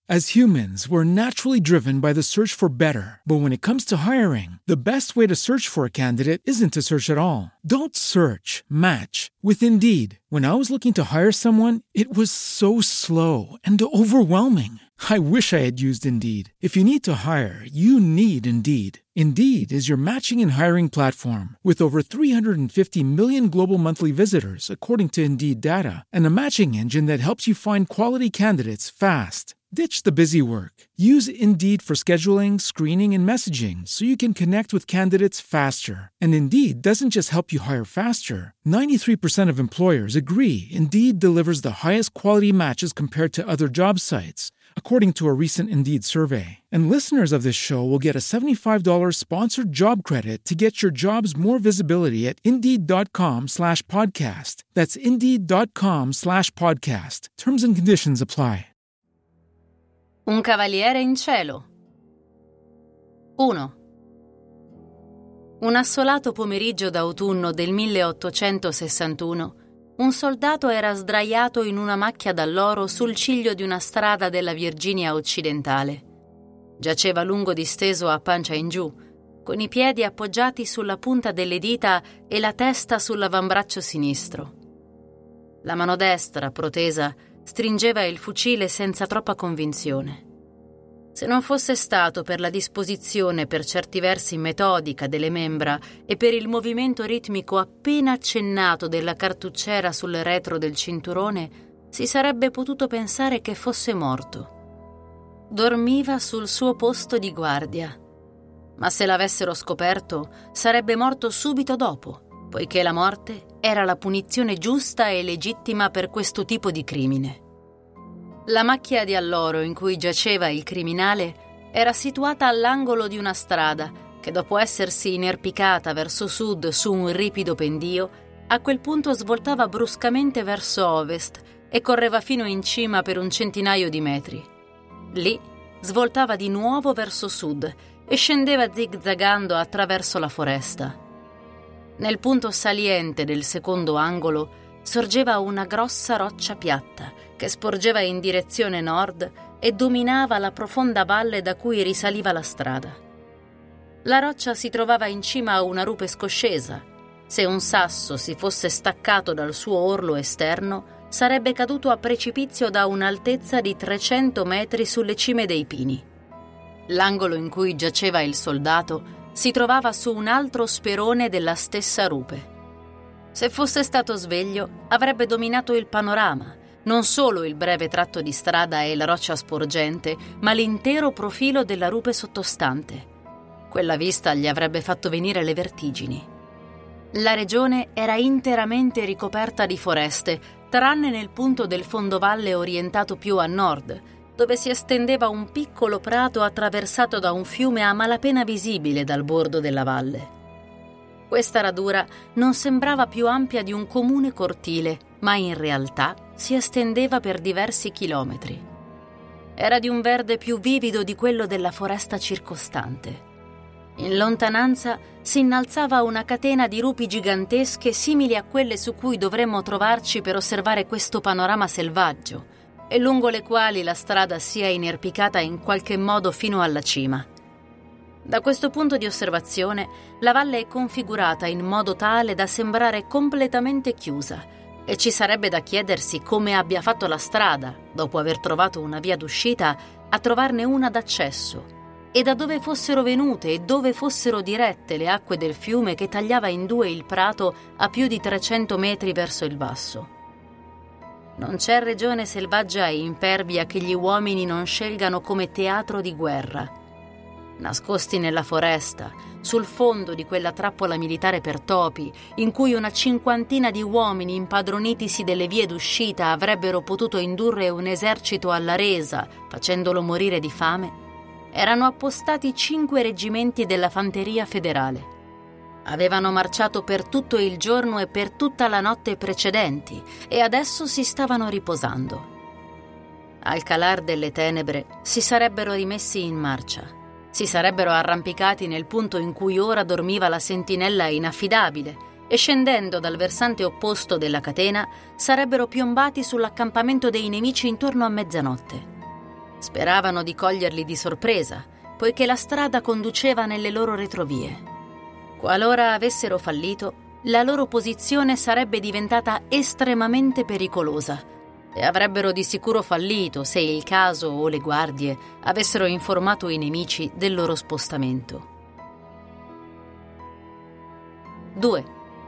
As humans, we're naturally driven by the search for better. But when it comes to hiring, the best way to search for a candidate isn't to search at all. Don't search, match with Indeed. When I was looking to hire someone, it was so slow and overwhelming. I wish I had used Indeed. If you need to hire, you need Indeed. Indeed is your matching and hiring platform with over 350 million global monthly visitors, according to Indeed data, and a matching engine that helps you find quality candidates fast. Ditch the busy work. Use Indeed for scheduling, screening, and messaging so you can connect with candidates faster. And Indeed doesn't just help you hire faster. 93% of employers agree Indeed delivers the highest quality matches compared to other job sites, according to a recent Indeed survey. And listeners of this show will get a $75 sponsored job credit to get your jobs more visibility at Indeed.com/podcast. That's Indeed.com/podcast. Terms and conditions apply. Un cavaliere in cielo. 1. Un assolato pomeriggio d'autunno del 1861, un soldato era sdraiato in una macchia d'alloro sul ciglio di una strada della Virginia occidentale. Giaceva lungo disteso a pancia in giù, con i piedi appoggiati sulla punta delle dita e la testa sull'avambraccio sinistro. La mano destra, protesa, stringeva il fucile senza troppa convinzione. Se non fosse stato per la disposizione per certi versi metodica delle membra e per il movimento ritmico appena accennato della cartucciera sul retro del cinturone, si sarebbe potuto pensare che fosse morto. Dormiva sul suo posto di guardia. Ma se l'avessero scoperto, sarebbe morto subito dopo, poiché la morte era la punizione giusta e legittima per questo tipo di crimine. La macchia di alloro in cui giaceva il criminale era situata all'angolo di una strada che, dopo essersi inerpicata verso sud su un ripido pendio, a quel punto svoltava bruscamente verso ovest e correva fino in cima per un centinaio di metri. Lì svoltava di nuovo verso sud e scendeva zigzagando attraverso la foresta. Nel punto saliente del secondo angolo sorgeva una grossa roccia piatta che sporgeva in direzione nord e dominava la profonda valle da cui risaliva la strada. La roccia si trovava in cima a una rupe scoscesa. Se un sasso si fosse staccato dal suo orlo esterno, sarebbe caduto a precipizio da un'altezza di 300 metri sulle cime dei pini. L'angolo in cui giaceva il soldato si trovava su un altro sperone della stessa rupe. Se fosse stato sveglio, avrebbe dominato il panorama, non solo il breve tratto di strada e la roccia sporgente, ma l'intero profilo della rupe sottostante. Quella vista gli avrebbe fatto venire le vertigini. La regione era interamente ricoperta di foreste, tranne nel punto del fondovalle orientato più a nord, dove si estendeva un piccolo prato attraversato da un fiume a malapena visibile dal bordo della valle. Questa radura non sembrava più ampia di un comune cortile, ma in realtà si estendeva per diversi chilometri. Era di un verde più vivido di quello della foresta circostante. In lontananza si innalzava una catena di rupi gigantesche simili a quelle su cui dovremmo trovarci per osservare questo panorama selvaggio, e lungo le quali la strada sia inerpicata in qualche modo fino alla cima. Da questo punto di osservazione, la valle è configurata in modo tale da sembrare completamente chiusa e ci sarebbe da chiedersi come abbia fatto la strada, dopo aver trovato una via d'uscita, a trovarne una d'accesso e da dove fossero venute e dove fossero dirette le acque del fiume che tagliava in due il prato a più di 300 metri verso il basso. Non c'è regione selvaggia e impervia che gli uomini non scelgano come teatro di guerra. Nascosti nella foresta, sul fondo di quella trappola militare per topi, in cui una cinquantina di uomini impadronitisi delle vie d'uscita avrebbero potuto indurre un esercito alla resa, facendolo morire di fame, erano appostati 5 reggimenti della fanteria federale. Avevano marciato per tutto il giorno e per tutta la notte precedenti e adesso si stavano riposando. Al calar delle tenebre si sarebbero rimessi in marcia. Si sarebbero arrampicati nel punto in cui ora dormiva la sentinella inaffidabile e scendendo dal versante opposto della catena sarebbero piombati sull'accampamento dei nemici intorno a mezzanotte. Speravano di coglierli di sorpresa, poiché la strada conduceva nelle loro retrovie. Qualora avessero fallito, la loro posizione sarebbe diventata estremamente pericolosa e avrebbero di sicuro fallito se il caso o le guardie avessero informato i nemici del loro spostamento. 2.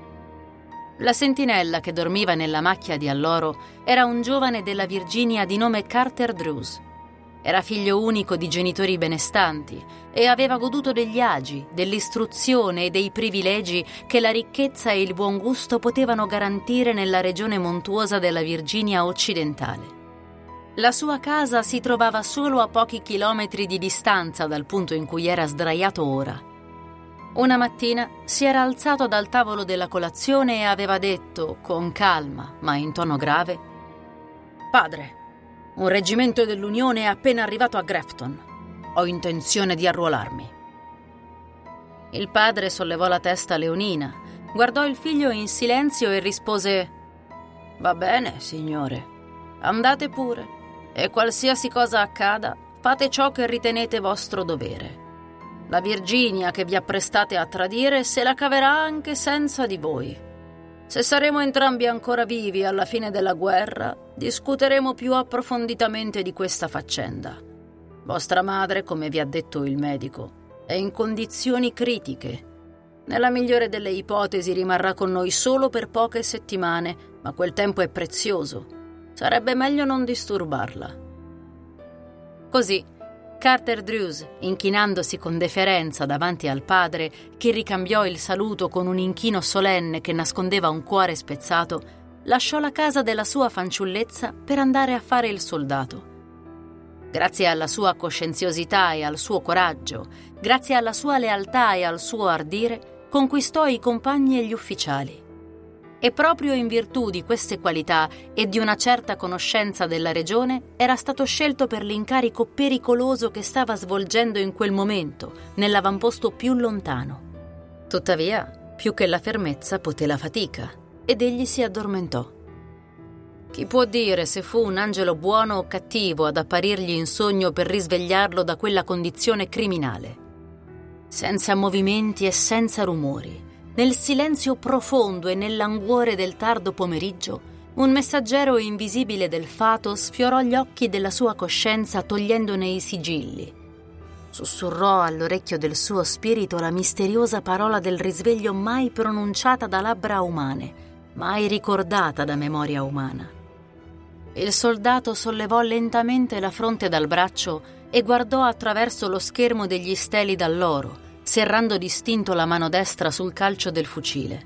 La sentinella che dormiva nella macchia di alloro era un giovane della Virginia di nome Carter Drews. Era figlio unico di genitori benestanti e aveva goduto degli agi, dell'istruzione e dei privilegi che la ricchezza e il buon gusto potevano garantire nella regione montuosa della Virginia occidentale. La sua casa si trovava solo a pochi chilometri di distanza dal punto in cui era sdraiato ora. Una mattina si era alzato dal tavolo della colazione e aveva detto, con calma ma in tono grave: «Padre, un reggimento dell'Unione è appena arrivato a Grafton. Ho intenzione di arruolarmi». Il padre sollevò la testa leonina, guardò il figlio in silenzio e rispose: «Va bene, signore. Andate pure, e qualsiasi cosa accada, fate ciò che ritenete vostro dovere. La Virginia che vi apprestate a tradire se la caverà anche senza di voi. Se saremo entrambi ancora vivi alla fine della guerra, discuteremo più approfonditamente di questa faccenda. Vostra madre, come vi ha detto il medico, è in condizioni critiche. Nella migliore delle ipotesi rimarrà con noi solo per poche settimane, ma quel tempo è prezioso. Sarebbe meglio non disturbarla». Così Carter Drews, inchinandosi con deferenza davanti al padre, che ricambiò il saluto con un inchino solenne che nascondeva un cuore spezzato, lasciò la casa della sua fanciullezza per andare a fare il soldato. Grazie alla sua coscienziosità e al suo coraggio, grazie alla sua lealtà e al suo ardire, conquistò i compagni e gli ufficiali. E proprio in virtù di queste qualità e di una certa conoscenza della regione era stato scelto per l'incarico pericoloso che stava svolgendo in quel momento, nell'avamposto più lontano. Tuttavia, più che la fermezza poté la fatica, ed egli si addormentò. Chi può dire se fu un angelo buono o cattivo ad apparirgli in sogno per risvegliarlo da quella condizione criminale? Senza movimenti e senza rumori, nel silenzio profondo e nel languore del tardo pomeriggio, un messaggero invisibile del fato sfiorò gli occhi della sua coscienza togliendone i sigilli. Sussurrò all'orecchio del suo spirito la misteriosa parola del risveglio mai pronunciata da labbra umane, mai ricordata da memoria umana. Il soldato sollevò lentamente la fronte dal braccio e guardò attraverso lo schermo degli steli d'alloro, serrando distinto la mano destra sul calcio del fucile.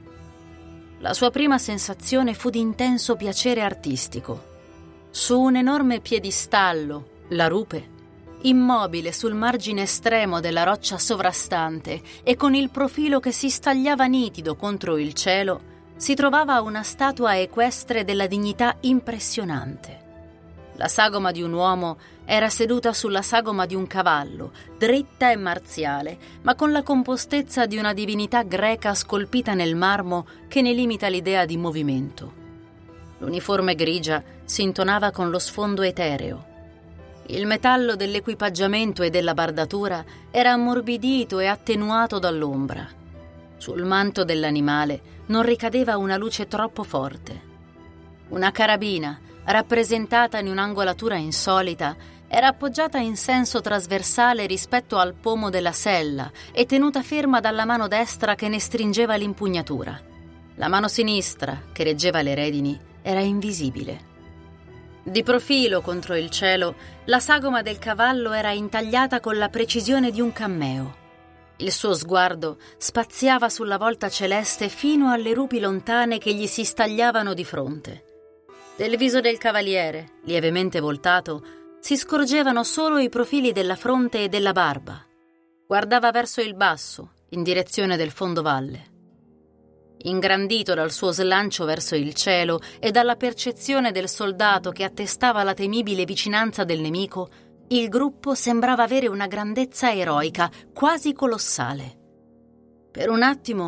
La sua prima sensazione fu di intenso piacere artistico. Su un enorme piedistallo, la rupe, immobile sul margine estremo della roccia sovrastante e con il profilo che si stagliava nitido contro il cielo, si trovava una statua equestre della dignità impressionante. La sagoma di un uomo era seduta sulla sagoma di un cavallo, dritta e marziale, ma con la compostezza di una divinità greca scolpita nel marmo che ne limita l'idea di movimento. L'uniforme grigia si intonava con lo sfondo etereo. Il metallo dell'equipaggiamento e della bardatura era ammorbidito e attenuato dall'ombra. Sul manto dell'animale non ricadeva una luce troppo forte. Una carabina, rappresentata in un'angolatura insolita, era appoggiata in senso trasversale rispetto al pomo della sella e tenuta ferma dalla mano destra che ne stringeva l'impugnatura. La mano sinistra, che reggeva le redini, era invisibile. Di profilo contro il cielo, la sagoma del cavallo era intagliata con la precisione di un cammeo. Il suo sguardo spaziava sulla volta celeste fino alle rupi lontane che gli si stagliavano di fronte. Del viso del cavaliere, lievemente voltato, si scorgevano solo i profili della fronte e della barba. Guardava verso il basso, in direzione del fondovalle. Ingrandito dal suo slancio verso il cielo e dalla percezione del soldato che attestava la temibile vicinanza del nemico, il gruppo sembrava avere una grandezza eroica, quasi colossale. Per un attimo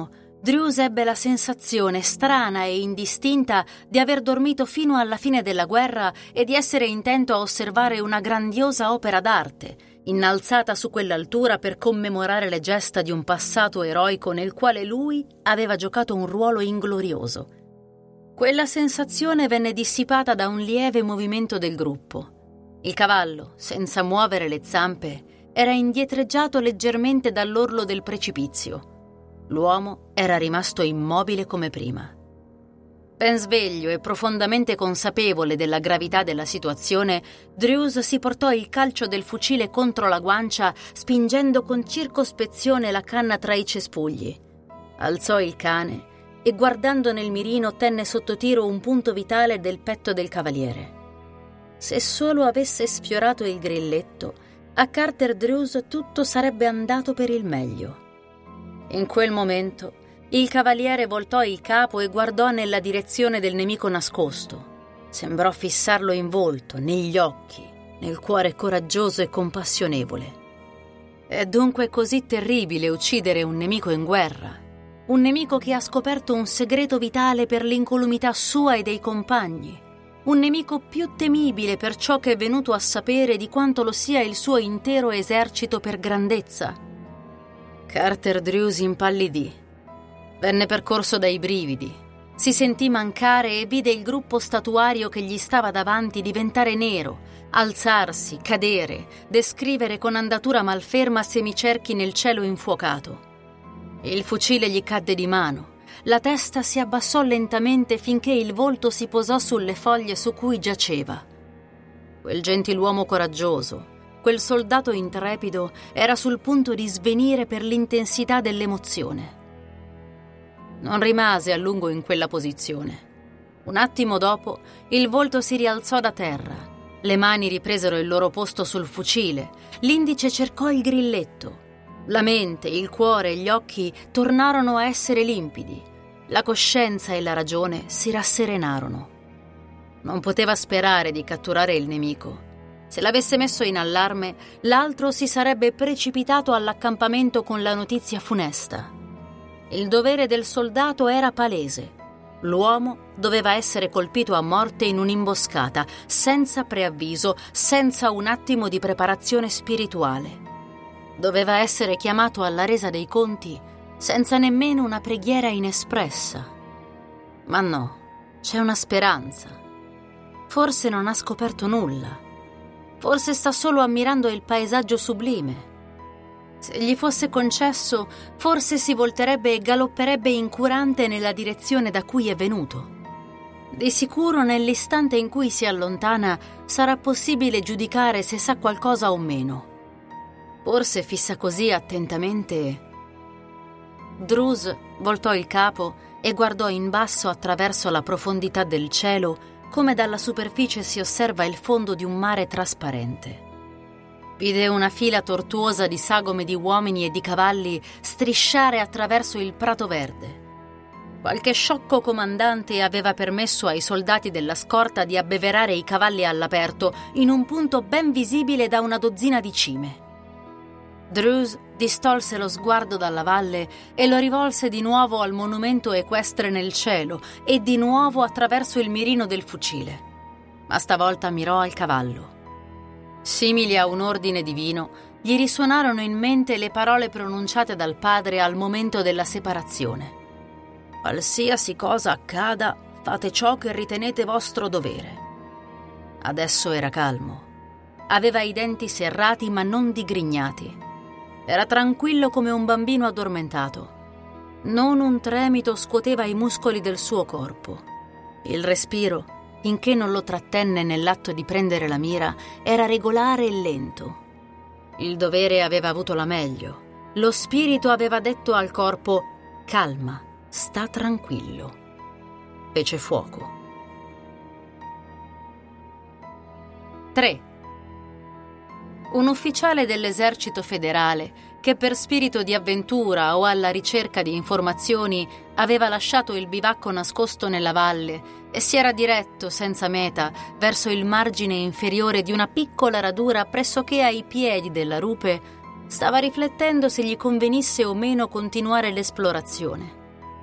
Drews ebbe la sensazione strana e indistinta di aver dormito fino alla fine della guerra e di essere intento a osservare una grandiosa opera d'arte, innalzata su quell'altura per commemorare le gesta di un passato eroico nel quale lui aveva giocato un ruolo inglorioso. Quella sensazione venne dissipata da un lieve movimento del gruppo. Il cavallo, senza muovere le zampe, era indietreggiato leggermente dall'orlo del precipizio. L'uomo era rimasto immobile come prima. Ben sveglio e profondamente consapevole della gravità della situazione, Drews si portò il calcio del fucile contro la guancia, spingendo con circospezione la canna tra i cespugli. Alzò il cane e, guardando nel mirino, tenne sotto tiro un punto vitale del petto del cavaliere. Se solo avesse sfiorato il grilletto, a Carter Drews tutto sarebbe andato per il meglio. In quel momento il cavaliere voltò il capo e guardò nella direzione del nemico nascosto. Sembrò fissarlo in volto, negli occhi, nel cuore coraggioso e compassionevole. È dunque così terribile uccidere un nemico in guerra, un nemico che ha scoperto un segreto vitale per l'incolumità sua e dei compagni, un nemico più temibile per ciò che è venuto a sapere di quanto lo sia il suo intero esercito per grandezza. Carter Drews impallidì. Venne percorso dai brividi. Si sentì mancare e vide il gruppo statuario che gli stava davanti diventare nero, alzarsi, cadere, descrivere con andatura malferma semicerchi nel cielo infuocato. Il fucile gli cadde di mano. La testa si abbassò lentamente finché il volto si posò sulle foglie su cui giaceva. Quel gentiluomo coraggioso, quel soldato intrepido, era sul punto di svenire per l'intensità dell'emozione. Non rimase a lungo in quella posizione. Un attimo dopo, il volto si rialzò da terra. Le mani ripresero il loro posto sul fucile. L'indice cercò il grilletto. La mente, il cuore e gli occhi tornarono a essere limpidi. La coscienza e la ragione si rasserenarono. Non poteva sperare di catturare il nemico. Se l'avesse messo in allarme, l'altro si sarebbe precipitato all'accampamento con la notizia funesta. Il dovere del soldato era palese. L'uomo doveva essere colpito a morte in un'imboscata, senza preavviso, senza un attimo di preparazione spirituale. Doveva essere chiamato alla resa dei conti, senza nemmeno una preghiera inespressa. Ma no, c'è una speranza. Forse non ha scoperto nulla. Forse sta solo ammirando il paesaggio sublime. Se gli fosse concesso, forse si volterebbe e galopperebbe incurante nella direzione da cui è venuto. Di sicuro nell'istante in cui si allontana sarà possibile giudicare se sa qualcosa o meno. Forse fissa così attentamente. Drews voltò il capo e guardò in basso attraverso la profondità del cielo, come dalla superficie si osserva il fondo di un mare trasparente. Vide una fila tortuosa di sagome di uomini e di cavalli strisciare attraverso il prato verde. Qualche sciocco comandante aveva permesso ai soldati della scorta di abbeverare i cavalli all'aperto in un punto ben visibile da una dozzina di cime. Drews distolse lo sguardo dalla valle e lo rivolse di nuovo al monumento equestre nel cielo e di nuovo attraverso il mirino del fucile. Ma stavolta mirò al cavallo. Simili a un ordine divino, gli risuonarono in mente le parole pronunciate dal padre al momento della separazione. Qualsiasi cosa accada, fate ciò che ritenete vostro dovere. Adesso era calmo. Aveva i denti serrati ma non digrignati. Era tranquillo come un bambino addormentato. Non un tremito scuoteva i muscoli del suo corpo. Il respiro, finché non lo trattenne nell'atto di prendere la mira, era regolare e lento. Il dovere aveva avuto la meglio. Lo spirito aveva detto al corpo: calma, sta tranquillo. Fece fuoco. 3. Un ufficiale dell'esercito federale che per spirito di avventura o alla ricerca di informazioni aveva lasciato il bivacco nascosto nella valle e si era diretto senza meta verso il margine inferiore di una piccola radura pressoché ai piedi della rupe, stava riflettendo se gli convenisse o meno continuare l'esplorazione.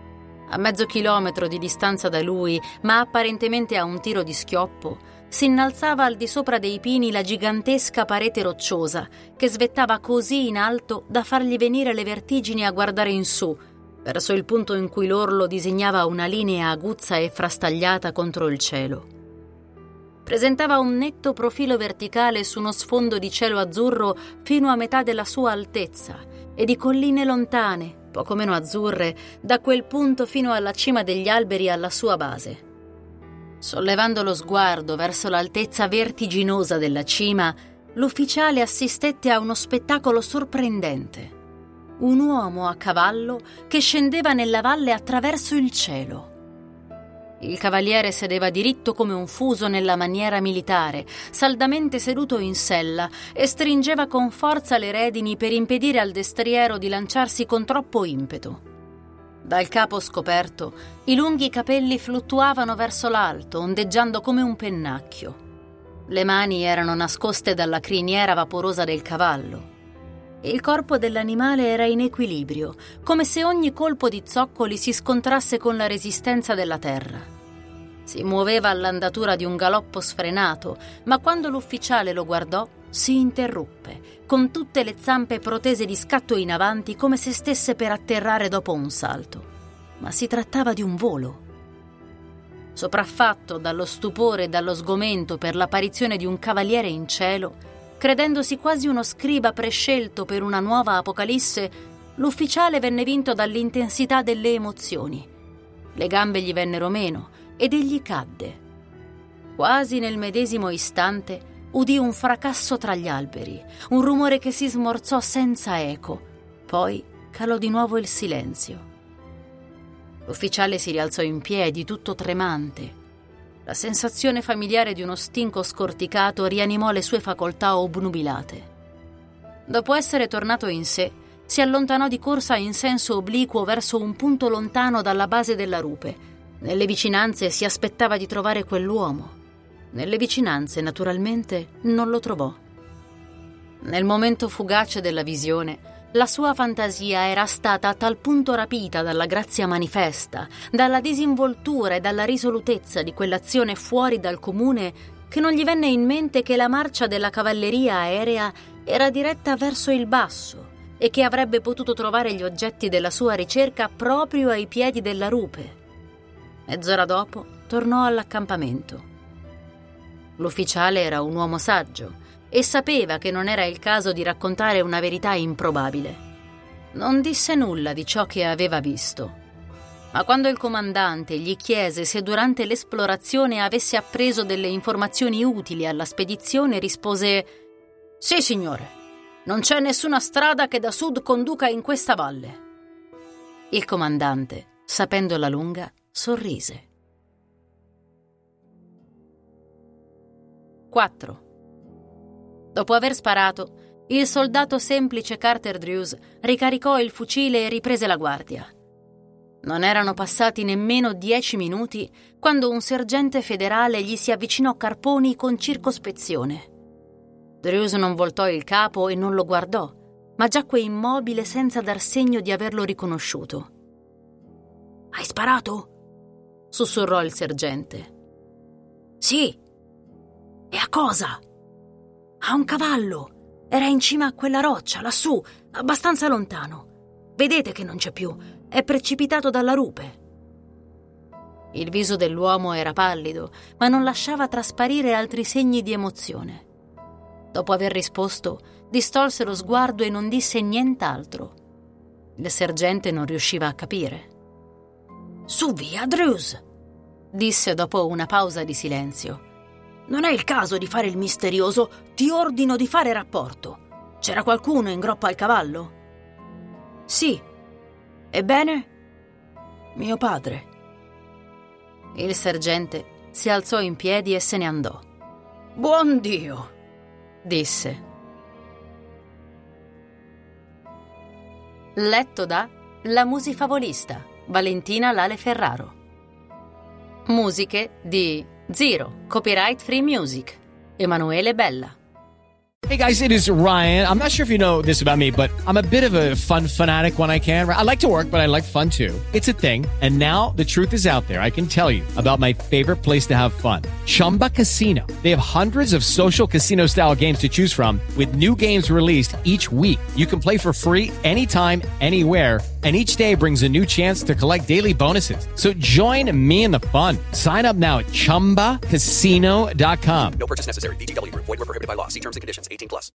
A mezzo chilometro di distanza da lui, ma apparentemente a un tiro di schioppo, si innalzava al di sopra dei pini la gigantesca parete rocciosa che svettava così in alto da fargli venire le vertigini a guardare in su, verso il punto in cui l'orlo disegnava una linea aguzza e frastagliata contro il cielo. Presentava un netto profilo verticale su uno sfondo di cielo azzurro fino a metà della sua altezza e di colline lontane, poco meno azzurre, da quel punto fino alla cima degli alberi alla sua base. Sollevando lo sguardo verso l'altezza vertiginosa della cima, l'ufficiale assistette a uno spettacolo sorprendente. Un uomo a cavallo che scendeva nella valle attraverso il cielo. Il cavaliere sedeva diritto come un fuso nella maniera militare, saldamente seduto in sella, e stringeva con forza le redini per impedire al destriero di lanciarsi con troppo impeto. Dal capo scoperto, i lunghi capelli fluttuavano verso l'alto, ondeggiando come un pennacchio. Le mani erano nascoste dalla criniera vaporosa del cavallo. Il corpo dell'animale era in equilibrio, come se ogni colpo di zoccoli si scontrasse con la resistenza della terra. Si muoveva all'andatura di un galoppo sfrenato, ma quando l'ufficiale lo guardò, si interruppe, con tutte le zampe protese di scatto in avanti come se stesse per atterrare dopo un salto. Ma si trattava di un volo. Sopraffatto dallo stupore e dallo sgomento per l'apparizione di un cavaliere in cielo, credendosi quasi uno scriba prescelto per una nuova apocalisse, l'ufficiale venne vinto dall'intensità delle emozioni. Le gambe gli vennero meno ed egli cadde. Quasi nel medesimo istante udì un fracasso tra gli alberi, un rumore che si smorzò senza eco. Poi calò di nuovo il silenzio. L'ufficiale si rialzò in piedi, tutto tremante. La sensazione familiare di uno stinco scorticato rianimò le sue facoltà obnubilate. Dopo essere tornato in sé, si allontanò di corsa in senso obliquo verso un punto lontano dalla base della rupe. Nelle vicinanze si aspettava di trovare quell'uomo. Nelle vicinanze, naturalmente, non lo trovò. Nel momento fugace della visione, la sua fantasia era stata a tal punto rapita dalla grazia manifesta, dalla disinvoltura e dalla risolutezza di quell'azione fuori dal comune, che non gli venne in mente che la marcia della cavalleria aerea era diretta verso il basso e che avrebbe potuto trovare gli oggetti della sua ricerca proprio ai piedi della rupe. Mezz'ora dopo tornò all'accampamento. L'ufficiale era un uomo saggio e sapeva che non era il caso di raccontare una verità improbabile. Non disse nulla di ciò che aveva visto, ma quando il comandante gli chiese se durante l'esplorazione avesse appreso delle informazioni utili alla spedizione, rispose: «Sì, signore, non c'è nessuna strada che da sud conduca in questa valle». Il comandante, sapendola lunga, sorrise. 4. Dopo aver sparato, il soldato semplice Carter Drews ricaricò il fucile e riprese la guardia. Non erano passati nemmeno 10 minuti quando un sergente federale gli si avvicinò carponi con circospezione. Drews non voltò il capo e non lo guardò, ma giacque immobile senza dar segno di averlo riconosciuto. «Hai sparato?» sussurrò il sergente. «Sì». «E a cosa?» «A un cavallo. Era in cima a quella roccia, lassù, abbastanza lontano. Vedete che non c'è più. È precipitato dalla rupe». Il viso dell'uomo era pallido, ma non lasciava trasparire altri segni di emozione. Dopo aver risposto, distolse lo sguardo e non disse nient'altro. Il sergente non riusciva a capire. «Su via, Drews», disse dopo una pausa di silenzio. «Non è il caso di fare il misterioso. Ti ordino di fare rapporto. C'era qualcuno in groppa al cavallo?» «Sì». «Ebbene?» «Mio padre». Il sergente si alzò in piedi e se ne andò. «Buon Dio!» disse. Letto da La Musifavolista, Valentina Lale Ferraro. Musiche di Zero, Copyright Free Music, Emanuele Bella. Hey guys, it is Ryan. I'm not sure if you know this about me, but I'm a bit of a fun fanatic when I can. I like to work, but I like fun too. It's a thing. And now the truth is out there. I can tell you about my favorite place to have fun. Chumba Casino. They have hundreds of social casino style games to choose from with new games released each week. You can play for free anytime, anywhere. And each day brings a new chance to collect daily bonuses. So join me in the fun. Sign up now at ChumbaCasino.com. No purchase necessary. VGW Group. Void where prohibited by law. See terms and conditions. 18+.